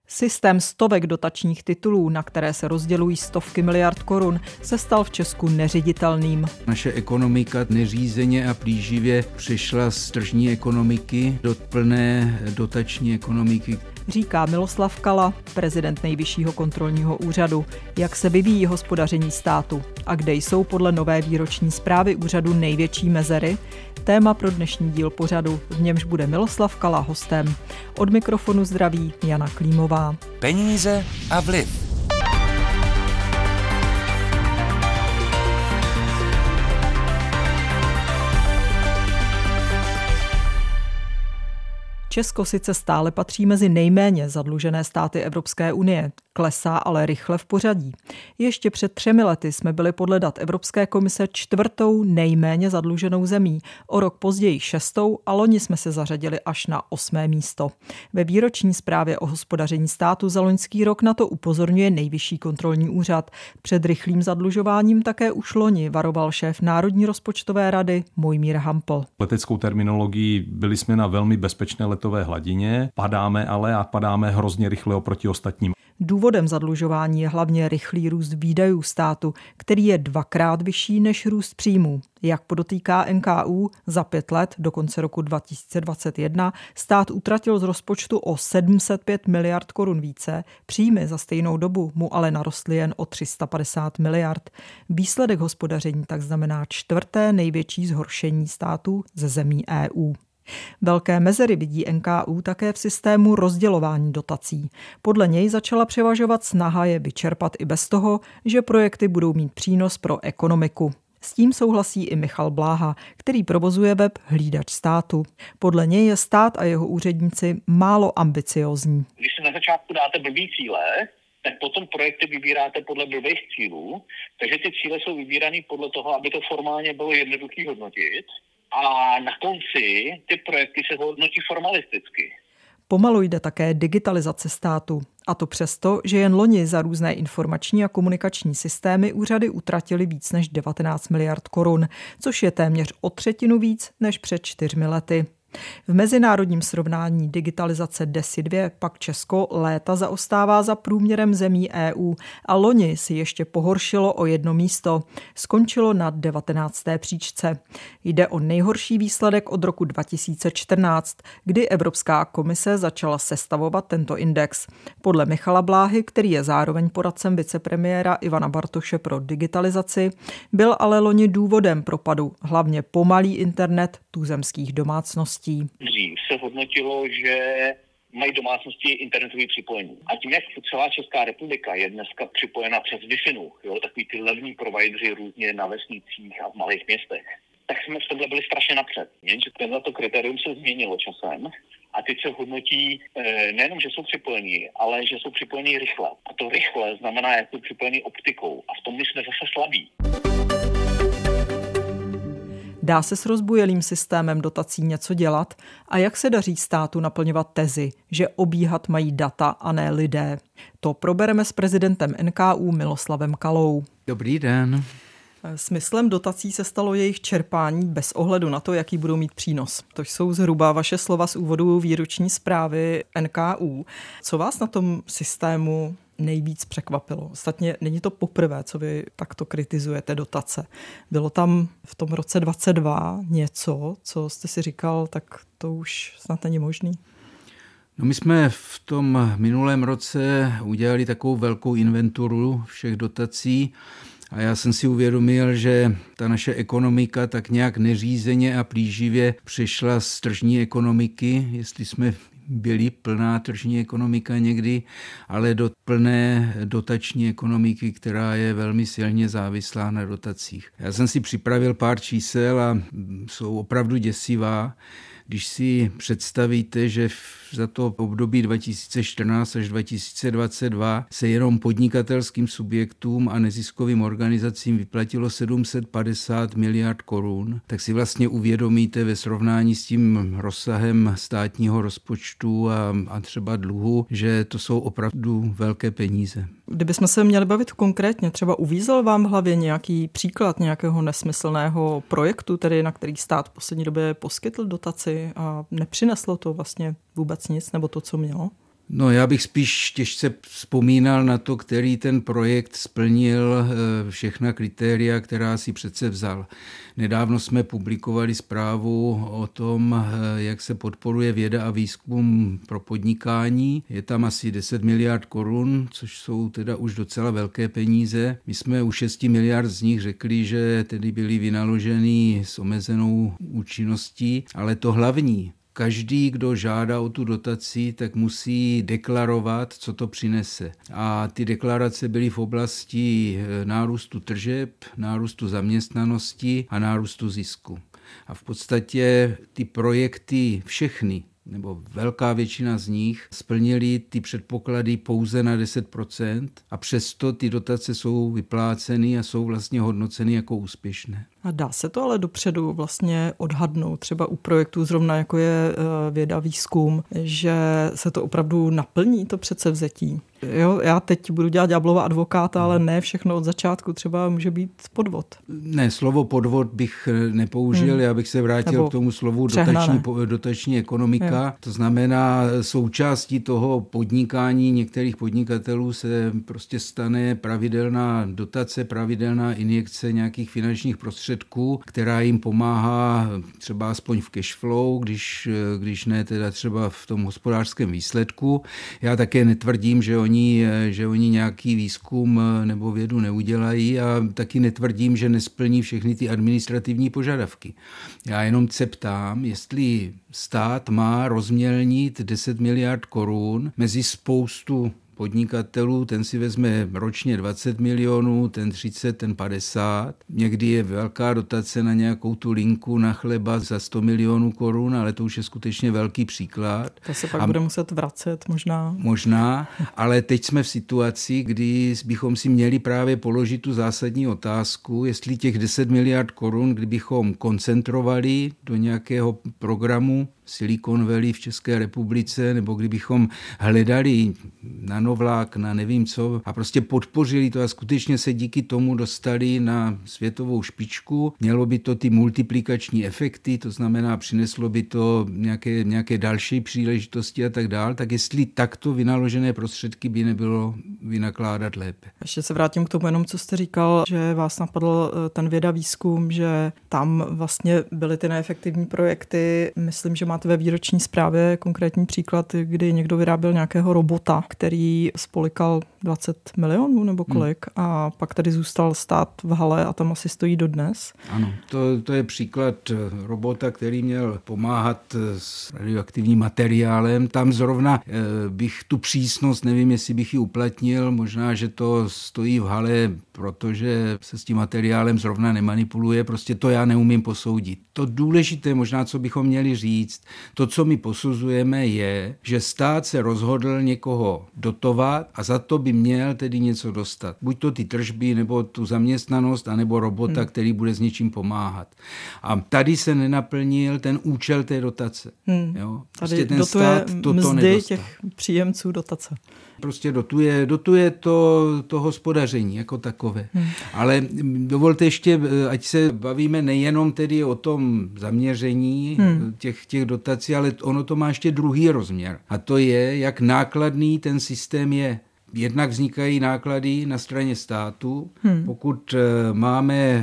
Systém stovek dotačních titulů, na které se rozdělují stovky miliard korun, se stal v Česku neředitelným. Naše ekonomika neřízeně a plíživě přešla z tržní ekonomiky do plné dotační ekonomiky. Říká Miloslav Kala, prezident Nejvyššího kontrolního úřadu. Jak se vyvíjí hospodaření státu a kde jsou podle nové výroční zprávy úřadu největší mezery? Téma pro dnešní díl pořadu, v němž bude Miloslav Kala hostem. Od mikrofonu zdraví Jana Klímová. Peníze a vliv. Česko sice stále patří mezi nejméně zadlužené státy Evropské unie, klesá ale rychle v pořadí. Ještě před 3 lety jsme byli podle dat Evropské komise 4. nejméně zadluženou zemí, o rok později 6. a loni jsme se zařadili až na 8. místo. Ve výroční zprávě o hospodaření státu za loňský rok na to upozorňuje Nejvyšší kontrolní úřad. Před rychlým zadlužováním také už loni varoval šéf Národní rozpočtové rady Mojmír Hampl. Leteckou terminologií byli jsme na velmi bezpečné letové hladině, padáme hrozně rychle oproti ostatním. Důvodem zadlužování je hlavně rychlý růst výdajů státu, který je 2krát vyšší než růst příjmů. Jak podotýká NKÚ, za 5 let do konce roku 2021 stát utratil z rozpočtu o 705 miliard korun více, příjmy za stejnou dobu mu ale narostly jen o 350 miliard. Výsledek hospodaření tak znamená 4. největší zhoršení státu ze zemí EU. Velké mezery vidí NKÚ také v systému rozdělování dotací. Podle něj začala převažovat snaha je vyčerpat i bez toho, že projekty budou mít přínos pro ekonomiku. S tím souhlasí i Michal Bláha, který provozuje web Hlídač státu. Podle něj je stát a jeho úředníci málo ambiciózní. Když si na začátku dáte blbý cíle, tak potom projekty vybíráte podle blbých cílů, takže ty cíle jsou vybírané podle toho, aby to formálně bylo jednoduché hodnotit. A na konci ty projekty se hodnotí formalisticky. Pomalu jde také digitalizace státu. A to přesto, že jen loni za různé informační a komunikační systémy úřady utratily víc než 19 miliard korun, což je téměř o 1/3 víc než před 4 lety. V mezinárodním srovnání digitalizace DESI 2 pak Česko léta zaostává za průměrem zemí EU a loni si ještě pohoršilo o 1 místo. Skončilo na 19. příčce. Jde o nejhorší výsledek od roku 2014, kdy Evropská komise začala sestavovat tento index. Podle Michala Bláhy, který je zároveň poradcem vicepremiéra Ivana Bartoše pro digitalizaci, byl ale loni důvodem propadu hlavně pomalý internet tuzemských domácností. Dřív se hodnotilo, že mají domácnosti internetové připojení. A tím, jak celá Česká republika je dneska připojena přes Wi-Fi, takový ty levní provideři různě na vesnicích a v malých městech, tak jsme v tomhle byli strašně napřed. Jenže to kritérium se změnilo časem a teď se hodnotí nejenom, že jsou připojení, ale že jsou připojení rychle. A to rychle znamená, jak jsou připojení optikou. A v tom my jsme zase slabí. Dá se s rozbujelým systémem dotací něco dělat a jak se daří státu naplňovat tezi, že obíhat mají data a ne lidé? To probereme s prezidentem NKÚ Miloslavem Kalou. Dobrý den. Smyslem dotací se stalo jejich čerpání bez ohledu na to, jaký budou mít přínos. To jsou zhruba vaše slova z úvodu výroční zprávy NKÚ. Co vás na tom systému nejvíc překvapilo? Ostatně není to poprvé, co vy takto kritizujete dotace. Bylo tam v tom roce 2022 něco, co jste si říkal, tak to už snad není možný? No my jsme v tom minulém roce udělali takovou velkou inventuru všech dotací a já jsem si uvědomil, že ta naše ekonomika tak nějak neřízeně a plíživě přešla z tržní ekonomiky, jestli jsme byli plná tržní ekonomika někdy, ale do plné dotační ekonomiky, která je velmi silně závislá na dotacích. Já jsem si připravil pár čísel a jsou opravdu děsivá. Když si představíte, že za to období 2014 až 2022 se jenom podnikatelským subjektům a neziskovým organizacím vyplatilo 750 miliard korun, tak si vlastně uvědomíte ve srovnání s tím rozsahem státního rozpočtu a třeba dluhu, že to jsou opravdu velké peníze. Kdybychom se měli bavit konkrétně, třeba uvízel vám v hlavě nějaký příklad nějakého nesmyslného projektu, tedy na který stát v poslední době poskytl dotaci a nepřineslo to vlastně vůbec nic, nebo to, co mělo? No, já bych spíš těžce vzpomínal na to, který ten projekt splnil všechna kritéria, která si přece vzal. Nedávno jsme publikovali zprávu o tom, jak se podporuje věda a výzkum pro podnikání. Je tam asi 10 miliard korun, což jsou teda už docela velké peníze. My jsme u 6 miliard z nich řekli, že tedy byly vynaloženy s omezenou účinností, ale to hlavní, každý, kdo žádá o tu dotaci, tak musí deklarovat, co to přinese. A ty deklarace byly v oblasti nárůstu tržeb, nárůstu zaměstnanosti a nárůstu zisku. A v podstatě ty projekty všechny, nebo velká většina z nich, splnili ty předpoklady pouze na 10% a přesto ty dotace jsou vypláceny a jsou vlastně hodnoceny jako úspěšné. A dá se to ale dopředu vlastně odhadnout, třeba u projektů zrovna jako je věda, výzkum, že se to opravdu naplní, to předsevzetí? Jo, já teď budu dělat ďáblova advokáta, ale ne všechno od začátku, třeba může být podvod. Ne, slovo podvod bych nepoužil, já bych se vrátil Nebo k tomu slovu dotační ekonomika. Jo. To znamená, součástí toho podnikání některých podnikatelů se prostě stane pravidelná dotace, pravidelná injekce nějakých finančních prostředků, která jim pomáhá třeba aspoň v cash flow, když ne teda třeba v tom hospodářském výsledku. Já také netvrdím, že oni nějaký výzkum nebo vědu neudělají a taky netvrdím, že nesplní všechny ty administrativní požadavky. Já jenom se ptám, jestli stát má rozmělnit 10 miliard korun mezi spoustu podnikatelů, ten si vezme ročně 20 milionů, ten 30, ten 50. Někdy je velká dotace na nějakou tu linku na chleba za 100 milionů korun, ale to už je skutečně velký příklad. To se pak bude muset vracet možná. Možná, ale teď jsme v situaci, kdy bychom si měli právě položit tu zásadní otázku, jestli těch 10 miliard korun, kdybychom koncentrovali do nějakého programu Silicon Valley v České republice, nebo kdybychom hledali nanovlák, na nevím co a prostě podpořili to a skutečně se díky tomu dostali na světovou špičku. Mělo by to ty multiplikační efekty, to znamená přineslo by to nějaké další příležitosti a tak dál, tak jestli takto vynaložené prostředky by nebylo vynakládat lépe. Ještě se vrátím k tomu jenom, co jste říkal, že vás napadl ten věda výzkum, že tam vlastně byly ty neefektivní projekty. Myslím, že máte ve výroční zprávě konkrétní příklad, kdy někdo vyráběl nějakého robota, který spolikal 20 milionů nebo kolik a pak tady zůstal stát v hale a tam asi stojí dodnes. Ano, to je příklad robota, který měl pomáhat s radioaktivním materiálem. Tam zrovna bych tu přísnost, nevím, jestli bych ji uplatnil, možná, že to stojí v hale, protože se s tím materiálem zrovna nemanipuluje, prostě to já neumím posoudit. To důležité možná, co bychom měli říct, to, co my posuzujeme, je, že stát se rozhodl někoho dotovat a za to by měl tedy něco dostat. Buď to ty tržby, nebo tu zaměstnanost, anebo robota, který bude s něčím pomáhat. A tady se nenaplnil ten účel té dotace. Jo? Prostě tady ten stát toto mzdy nedostal. těch příjemců dotace. Prostě dotuje to hospodaření jako takové. Ale dovolte ještě, ať se bavíme nejenom tedy o tom zaměření těch dotací, ale ono to má ještě druhý rozměr. A to je, jak nákladný ten systém je. Jednak vznikají náklady na straně státu. Pokud máme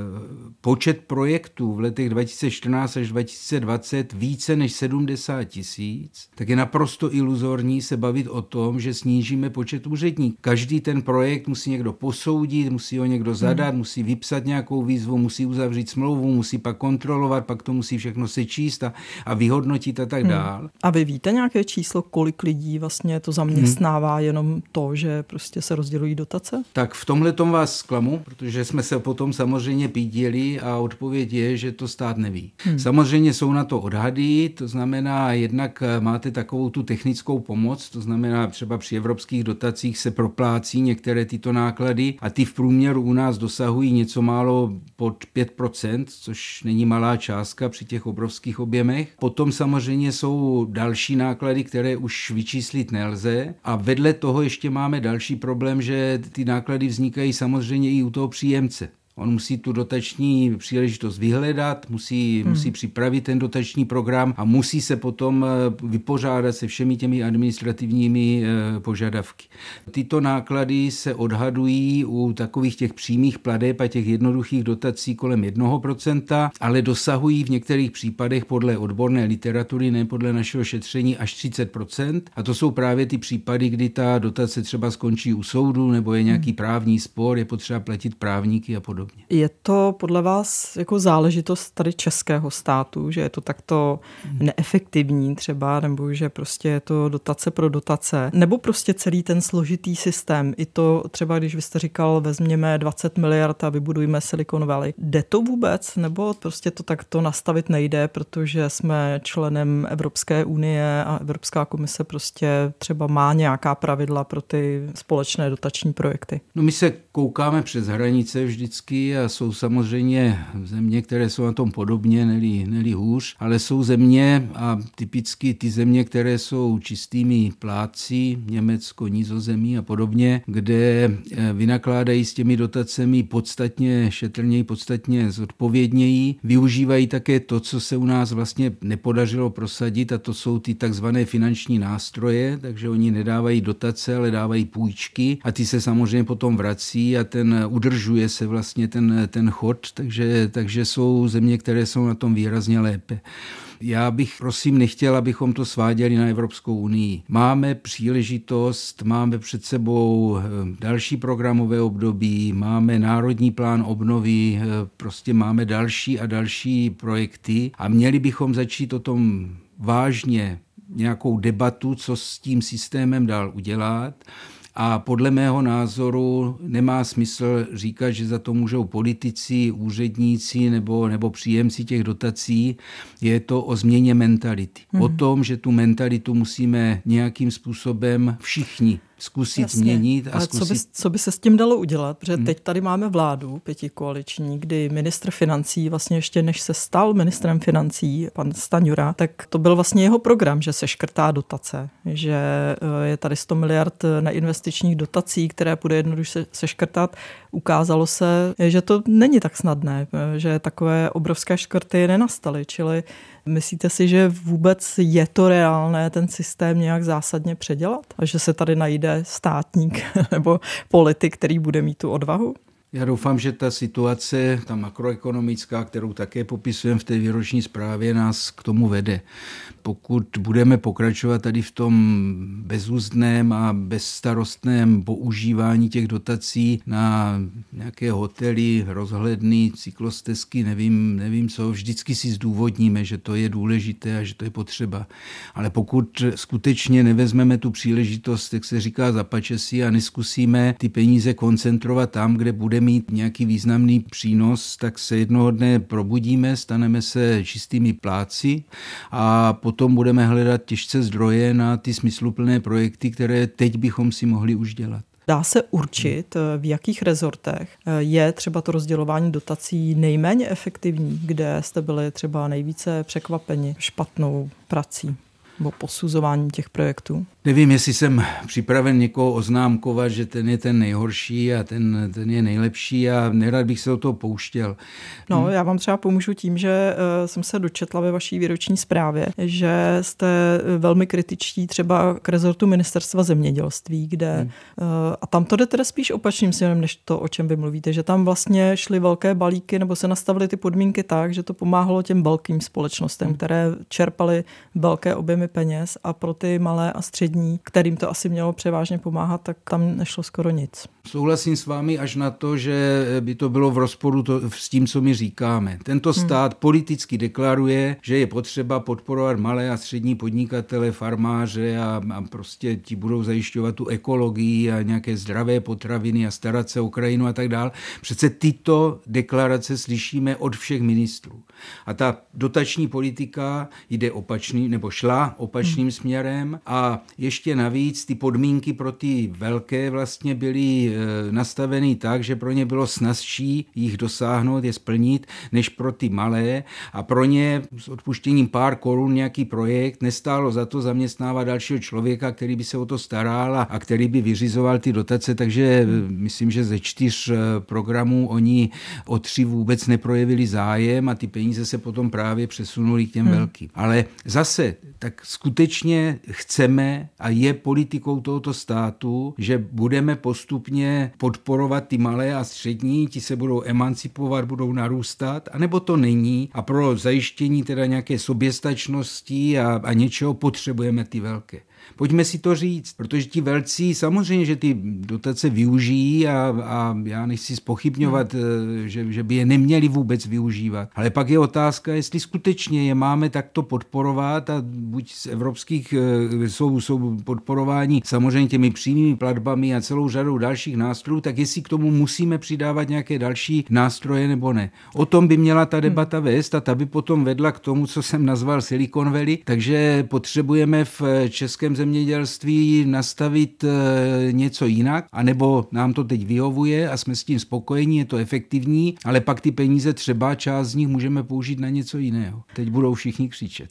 počet projektů v letech 2014 až 2020 více než 70 000, tak je naprosto iluzorní se bavit o tom, že snížíme počet úředníků. Každý ten projekt musí někdo posoudit, musí ho někdo zadat, musí vypsat nějakou výzvu, musí uzavřít smlouvu, musí pak kontrolovat, pak to musí všechno sečíst a vyhodnotit a tak dál. A vy víte nějaké číslo, kolik lidí vlastně to zaměstnává jenom to, že prostě se rozdělují dotace? Tak v tomhle tom vás zklamu, protože jsme se potom samozřejmě pídili a odpověď je, že to stát neví. Samozřejmě jsou na to odhady, to znamená, jednak máte takovou tu technickou pomoc, to znamená třeba při evropských dotacích se proplácí některé tyto náklady a ty v průměru u nás dosahují něco málo pod 5%, což není malá částka při těch obrovských objemech. Potom samozřejmě jsou další náklady, které už vyčíslit nelze a vedle toho ještě máme další problém, že ty náklady vznikají samozřejmě i u toho příjemce. On musí tu dotační příležitost vyhledat, musí připravit ten dotační program a musí se potom vypořádat se všemi těmi administrativními požadavky. Tyto náklady se odhadují u takových těch přímých plateb a těch jednoduchých dotací kolem 1%, ale dosahují v některých případech podle odborné literatury, ne podle našeho šetření, až 30%. A to jsou právě ty případy, kdy ta dotace třeba skončí u soudu nebo je nějaký právní spor, je potřeba platit právníky a podobně. Je to podle vás jako záležitost tady českého státu, že je to takto neefektivní třeba, nebo že prostě je to dotace pro dotace, nebo prostě celý ten složitý systém, i to třeba, když vy jste říkal, vezměme 20 miliard a vybudujeme Silicon Valley. Jde to vůbec, nebo prostě to takto nastavit nejde, protože jsme členem Evropské unie a Evropská komise prostě třeba má nějaká pravidla pro ty společné dotační projekty? No my se koukáme přes hranice vždycky a jsou samozřejmě země, které jsou na tom podobně, neli hůř, ale jsou země a typicky ty země, které jsou čistými plátci, Německo, Nizozemí a podobně, kde vynakládají s těmi dotacemi podstatně šetrněji, podstatně zodpovědněji, využívají také to, co se u nás vlastně nepodařilo prosadit, a to jsou ty takzvané finanční nástroje, takže oni nedávají dotace, ale dávají půjčky a ty se samozřejmě potom vrací a udržuje se vlastně ten chod, takže jsou země, které jsou na tom výrazně lépe. Já bych prosím nechtěl, abychom to sváděli na Evropskou unii. Máme příležitost, máme před sebou další programové období, máme národní plán obnovy, prostě máme další a další projekty a měli bychom začít o tom vážně nějakou debatu, co s tím systémem dál udělat. A podle mého názoru nemá smysl říkat, že za to můžou politici, úředníci nebo příjemci těch dotací. Je to o změně mentality. O tom, že tu mentalitu musíme nějakým způsobem všichni zkusit změnit. Ale co by se s tím dalo udělat? Protože teď tady máme vládu pětikoaliční, kdy ministr financí, vlastně ještě než se stal ministrem financí, pan Stanjura, tak to byl vlastně jeho program, že se škrtá dotace, že je tady 100 miliard neinvestičních dotací, které bude jednoduše se škrtat. Ukázalo se, že to není tak snadné, že takové obrovské škrty nenastaly, čili myslíte si, že vůbec je to reálné ten systém nějak zásadně předělat? A že se tady najde státník nebo politik, který bude mít tu odvahu? Já doufám, že ta situace, ta makroekonomická, kterou také popisujeme v té výroční zprávě, nás k tomu vede. Pokud budeme pokračovat tady v tom bezúzdném a bezstarostném používání těch dotací na nějaké hotely, rozhledny, cyklostezky, nevím co, vždycky si zdůvodníme, že to je důležité a že to je potřeba. Ale pokud skutečně nevezmeme tu příležitost, jak se říká, za pačesy a neskusíme ty peníze koncentrovat tam, kde bude mít nějaký významný přínos, tak se jednoho dne probudíme, staneme se čistými plátci a potom budeme hledat těžce zdroje na ty smysluplné projekty, které teď bychom si mohli už dělat. Dá se určit, v jakých rezortech je třeba to rozdělování dotací nejméně efektivní, kde jste byli třeba nejvíce překvapeni špatnou prací nebo posuzováním těch projektů? Nevím, jestli jsem připraven někoho oznámkovat, že ten je ten nejhorší a ten je nejlepší a nerad bych se do toho pouštěl. No, já vám třeba pomůžu tím, že jsem se dočetla ve vaší výroční zprávě, že jste velmi kritičtí třeba k rezortu Ministerstva zemědělství, kde a tam to jde teda spíš opačným směrem, než to, o čem vy mluvíte, že tam vlastně šly velké balíky nebo se nastavily ty podmínky tak, že to pomáhalo těm velkým společnostem, které čerpaly velké objemy peněz a pro ty malé a střední, kterým to asi mělo převážně pomáhat, tak tam nešlo skoro nic. Souhlasím s vámi až na to, že by to bylo v rozporu s tím, co my říkáme. Tento stát politicky deklaruje, že je potřeba podporovat malé a střední podnikatele, farmáře a prostě ti budou zajišťovat tu ekologii a nějaké zdravé potraviny a starat se o krajinu a tak dál. Přece tyto deklarace slyšíme od všech ministrů. A ta dotační politika šla opačným směrem a ještě navíc ty podmínky pro ty velké vlastně byly nastavený tak, že pro ně bylo snazší jich dosáhnout, je splnit, než pro ty malé a pro ně s odpuštěním pár korun nějaký projekt nestálo za to zaměstnávat dalšího člověka, který by se o to staral a který by vyřizoval ty dotace, takže myslím, že ze 4 programů oni o 3 vůbec neprojevili zájem a ty peníze se potom právě přesunuli k těm velkým. Ale zase, tak skutečně chceme a je politikou tohoto státu, že budeme postupně podporovat ty malé a střední, ti se budou emancipovat, budou narůstat, anebo to není a pro zajištění teda nějaké soběstačnosti a něčeho potřebujeme ty velké. Pojďme si to říct, protože ti velcí samozřejmě, že ty dotace využijí a já nechci zpochybňovat, že by je neměli vůbec využívat. Ale pak je otázka, jestli skutečně je máme takto podporovat a buď z evropských jsou podporováni samozřejmě těmi přímými platbami a celou řadou dalších nástrojů, tak jestli k tomu musíme přidávat nějaké další nástroje nebo ne. O tom by měla ta debata vést a ta by potom vedla k tomu, co jsem nazval Silicon Valley, takže potřebujeme v českém zemědělství nastavit něco jinak, anebo nám to teď vyhovuje a jsme s tím spokojení, je to efektivní, ale pak ty peníze třeba část z nich můžeme použít na něco jiného. Teď budou všichni křičet.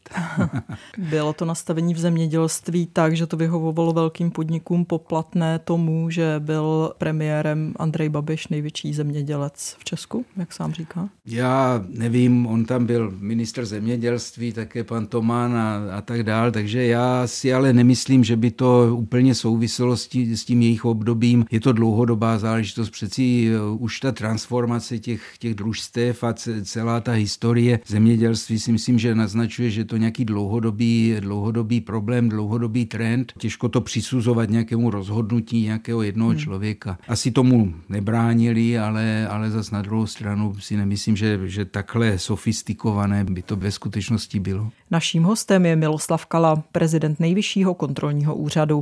Bylo to nastavení v zemědělství tak, že to vyhovovalo velkým podnikům poplatné tomu, že byl premiérem Andrej Babiš největší zemědělec v Česku, jak sám říká? Já nevím, on tam byl ministr zemědělství, také pan Toman a tak dál, takže já si ale nemyslím, že by to úplně souviselo s tím jejich obdobím. Je to dlouhodobá záležitost, přeci už ta transformace těch družstev a celá ta historie zemědělství si myslím, že naznačuje, že to nějaký dlouhodobý problém, dlouhodobý trend. Těžko to přisuzovat nějakému rozhodnutí nějakého jednoho člověka. Asi tomu nebránili, ale zas na druhou stranu si nemyslím, že takhle sofistikované by to ve skutečnosti bylo. Naším hostem je Miloslav Kala, prezident Nejvyššího kontrolního úřadu.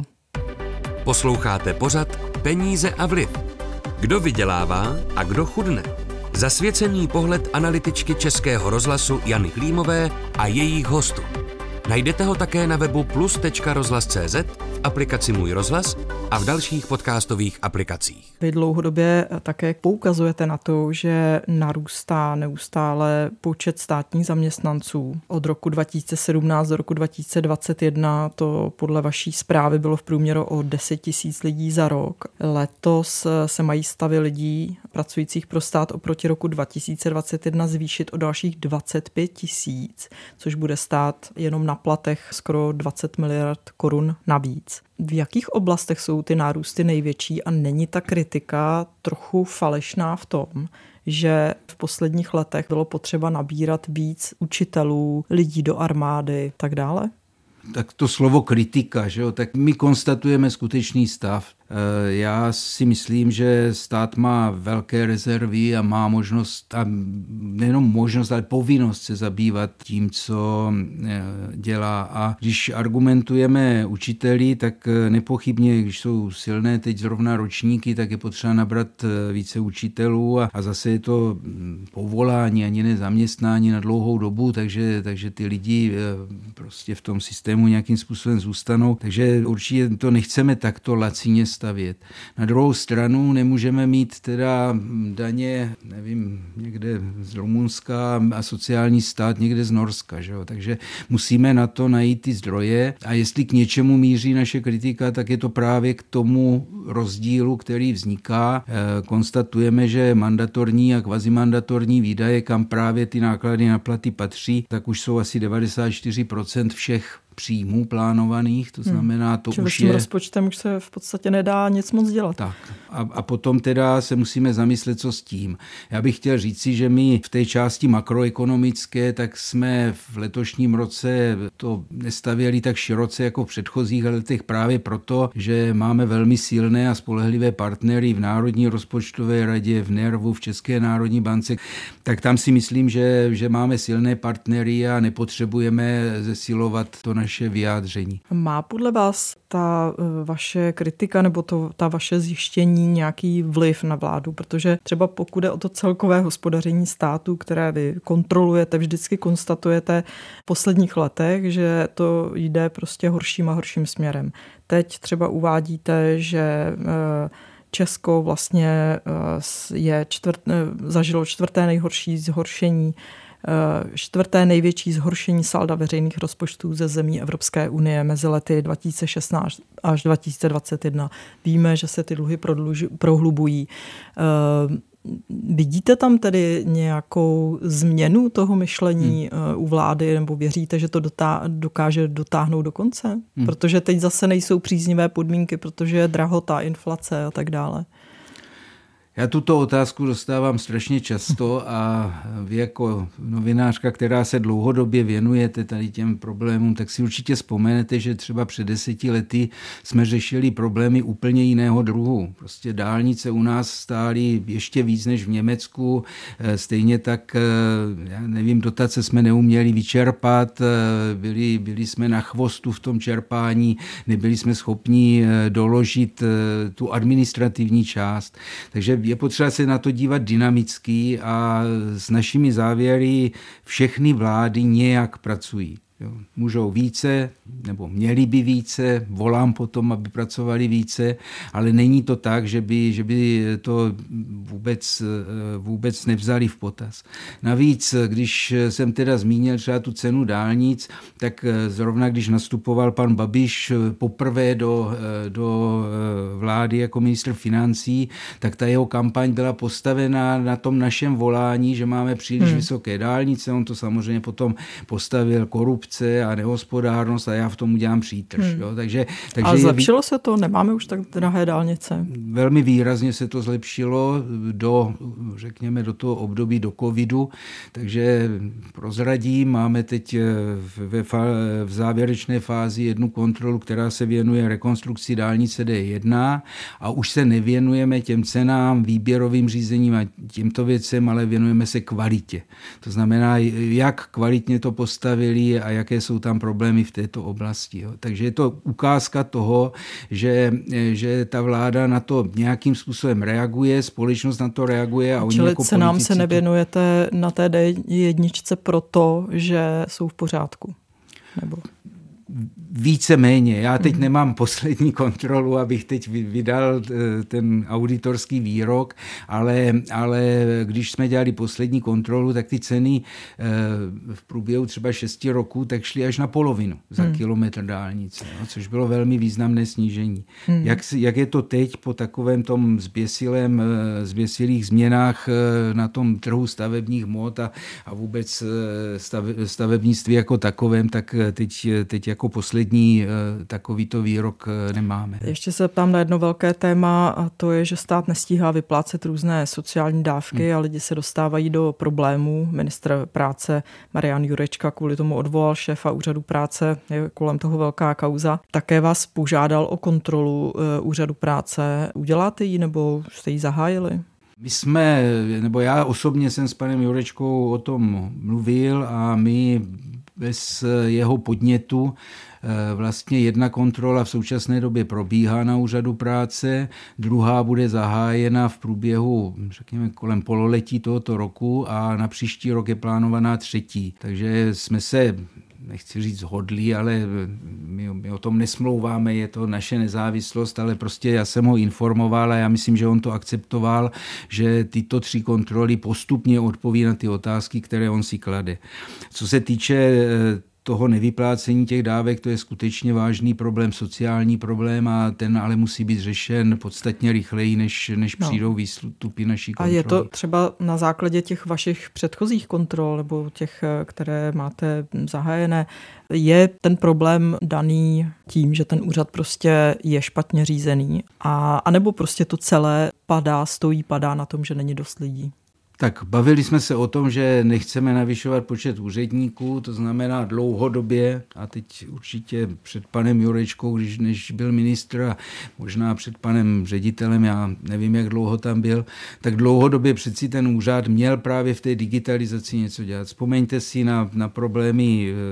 Posloucháte pořad Peníze a vliv. Kdo vydělává a kdo chudne? Zasvěcený pohled analytičky Českého rozhlasu Jany Klímové a jejich hostů. Najdete ho také na webu plus.rozhlas.cz, v aplikaci Můj rozhlas a v dalších podcastových aplikacích. Vy dlouhodobě také poukazujete na to, že narůstá neustále počet státních zaměstnanců. Od roku 2017 do roku 2021 to podle vaší zprávy bylo v průměru o 10 000 lidí za rok. Letos se mají stavy lidí pracujících pro stát oproti roku 2021 zvýšit o dalších 25 000, což bude stát jenom na platech skoro 20 miliard korun navíc. V jakých oblastech jsou ty nárůsty největší a není ta kritika trochu falešná v tom, že v posledních letech bylo potřeba nabírat víc učitelů, lidí do armády a tak dále? Tak to slovo kritika, že jo? Tak my konstatujeme skutečný stav. Já si myslím, že stát má velké rezervy a má možnost, a nejenom možnost, ale povinnost se zabývat tím, co dělá. A když argumentujeme učiteli, tak nepochybně, když jsou silné teď zrovna ročníky, tak je potřeba nabrat více učitelů a zase je to povolání, ani ne zaměstnání na dlouhou dobu, takže ty lidi prostě v tom systému nějakým způsobem zůstanou. Takže určitě to nechceme takto lacině stavět. Na druhou stranu nemůžeme mít teda daně, nevím, někde z Rumunska a sociální stát někde z Norska, že jo? Takže musíme na to najít ty zdroje a jestli k něčemu míří naše kritika, tak je to právě k tomu rozdílu, který vzniká. Konstatujeme, že mandatorní a kvazimandatorní výdaje, kam právě ty náklady na platy patří, tak už jsou asi 94% všech příjmů plánovaných, to znamená, to čili už s tím je... rozpočtem už se v podstatě nedá nic moc dělat. Tak. A potom teda se musíme zamyslet, co s tím. Já bych chtěl říci, že my v té části makroekonomické, tak jsme v letošním roce to nestavěli tak široce jako v předchozích letech právě proto, že máme velmi silné a spolehlivé partnery v Národní rozpočtové radě, v NERVu, v České národní bance. Tak tam si myslím, že máme silné partnery a nepotřebujeme zesilovat to naše vyjádření. Má podle vás ta vaše kritika nebo ta vaše zjištění nějaký vliv na vládu? Protože třeba pokud je o to celkové hospodaření státu, které vy kontrolujete, vždycky konstatujete v posledních letech, že to jde prostě horším a horším směrem. Teď třeba uvádíte, že Česko vlastně zažilo 4. nejhorší zhoršení, 4. největší zhoršení salda veřejných rozpočtů ze zemí Evropské unie mezi lety 2016 až 2021. Víme, že se ty dluhy prohlubují. Vidíte tam tedy nějakou změnu toho myšlení u vlády, nebo věříte, že to dokáže dotáhnout do konce? Protože teď zase nejsou příznivé podmínky, protože je drahota, inflace a tak dále. Já tuto otázku dostávám strašně často a vy jako novinářka, která se dlouhodobě věnujete tady těm problémům, tak si určitě vzpomenete, že třeba před 10 lety jsme řešili problémy úplně jiného druhu. Prostě dálnice u nás stály ještě víc než v Německu, stejně tak, já nevím, dotace jsme neuměli vyčerpat, byli jsme na chvostu v tom čerpání, nebyli jsme schopni doložit tu administrativní část. Takže je potřeba se na to dívat dynamicky a s našimi závěry všechny vlády nějak pracují. Můžou více, nebo měli by více, volám potom, aby pracovali více, ale není to tak, že by to vůbec nevzali v potaz. Navíc, když jsem teda zmínil třeba tu cenu dálnic, tak zrovna když nastupoval pan Babiš poprvé do vlády jako ministr financí, tak ta jeho kampaň byla postavená na tom našem volání, že máme příliš vysoké dálnice, on to samozřejmě potom postavil korupce a nehospodárnost a já v tom udělám přítrž. Jo? Takže a zlepšilo se to? Nemáme už tak drahé dálnice? Velmi výrazně se to zlepšilo řekněme do toho období do covidu, takže prozradím, máme teď v závěrečné fázi jednu kontrolu, která se věnuje rekonstrukci dálnice D1 a už se nevěnujeme těm cenám, výběrovým řízením a těmto věcem, ale věnujeme se kvalitě. To znamená, jak kvalitně to postavili a jaké jsou tam problémy v této oblasti. Jo. Takže je to ukázka toho, že ta vláda na to nějakým způsobem reaguje, společnost na to reaguje. A čili jako cenám se nevěnujete na té D1 proto, že jsou v pořádku? Nebo... Víceméně. Já teď nemám poslední kontrolu, abych teď vydal ten auditorský výrok, ale když jsme dělali poslední kontrolu, tak ty ceny v průběhu třeba 6 roků tak šly až na polovinu za kilometr dálnice, což bylo velmi významné snížení. Jak je to teď po takovém tom zběsilých změnách na tom trhu stavebních hmot a vůbec stavebnictví jako takovém, tak teď jako poslední takovýto výrok nemáme. Ještě se ptám na jedno velké téma a to je, že stát nestíhá vyplácet různé sociální dávky a lidi se dostávají do problémů. Ministr práce Marian Jurečka kvůli tomu odvolal šéfa úřadu práce, je kolem toho velká kauza. Také vás požádal o kontrolu úřadu práce. Uděláte ji nebo jste ji zahájili? Já osobně jsem s panem Jurečkou o tom mluvil a my bez jeho podnětu vlastně jedna kontrola v současné době probíhá na úřadu práce, druhá bude zahájena v průběhu, řekněme, kolem pololetí tohoto roku a na příští rok je plánovaná 3. Takže jsme se, nechci říct shodli, ale my o tom nesmlouváme, je to naše nezávislost, ale prostě já jsem ho informoval a já myslím, že on to akceptoval, že tyto 3 kontroly postupně odpoví na ty otázky, které on si klade. Co se týče toho nevyplácení těch dávek, to je skutečně vážný problém, sociální problém a ten ale musí být řešen podstatně rychleji, než přijdou výstupy naší kontroly. A je to třeba na základě těch vašich předchozích kontrol nebo těch, které máte zahájené, je ten problém daný tím, že ten úřad prostě je špatně řízený a nebo prostě to celé padá na tom, že není dost lidí? Tak bavili jsme se o tom, že nechceme navyšovat počet úředníků, to znamená dlouhodobě, a teď určitě před panem Jurečkou, než byl ministr a možná před panem ředitelem, já nevím, jak dlouho tam byl, tak dlouhodobě přeci ten úřad měl právě v té digitalizaci něco dělat. Vzpomeňte si na problémy v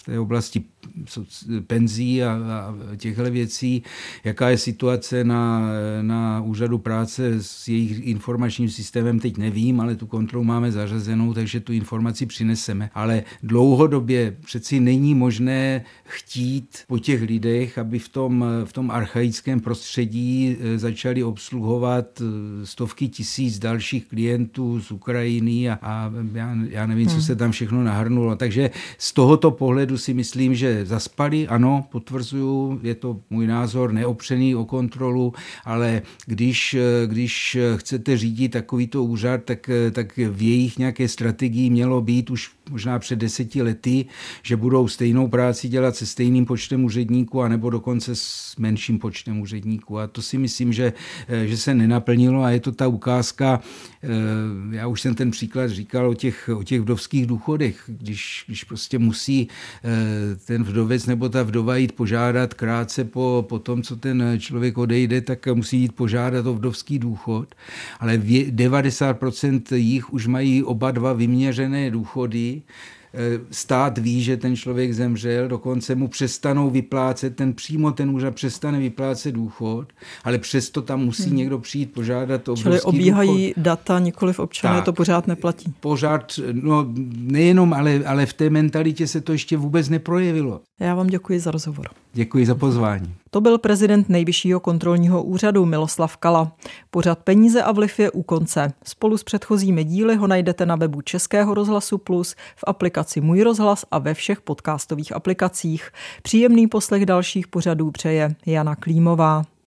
té oblasti penzí a těchto věcí, jaká je situace na úřadu práce s jejich informačním systémem, teď nevím, ale tu kontrolu máme zařazenou, takže tu informaci přineseme. Ale dlouhodobě přeci není možné chtít po těch lidech, aby v tom archaickém prostředí začali obsluhovat stovky tisíc dalších klientů z Ukrajiny a já nevím, co se tam všechno nahrnulo. Takže z tohoto pohledu si myslím, že zaspali, ano, potvrzuju, je to můj názor, neopřený o kontrolu, ale když chcete řídit takovýto úřad, tak v jejich nějaké strategii mělo být už možná před 10 lety, že budou stejnou práci dělat se stejným počtem úředníků, anebo dokonce s menším počtem úředníků. A to si myslím, že se nenaplnilo a je to ta ukázka, já už jsem ten příklad říkal o těch vdovských důchodech, když prostě musí ten vdovec nebo ta vdova jít požádat krátce po tom, co ten člověk odejde, tak musí jít požádat o vdovský důchod, ale 90% jich už mají oba dva vyměřené důchody. Stát ví, že ten člověk zemřel, dokonce mu přestanou vyplácet, přímo ten úřad přestane vyplácet důchod, ale přesto tam musí někdo přijít požádat o obrovský důchod. Čili obíhají data, nikoliv občané, to pořád neplatí. Pořád, no nejenom, ale v té mentalitě se to ještě vůbec neprojevilo. Já vám děkuji za rozhovor. Děkuji za pozvání. To byl prezident Nejvyššího kontrolního úřadu Miloslav Kala. Pořad Peníze a vliv je u konce. Spolu s předchozími díly ho najdete na webu Českého rozhlasu Plus, v aplikaci Můj rozhlas a ve všech podcastových aplikacích. Příjemný poslech dalších pořadů přeje Jana Klímová.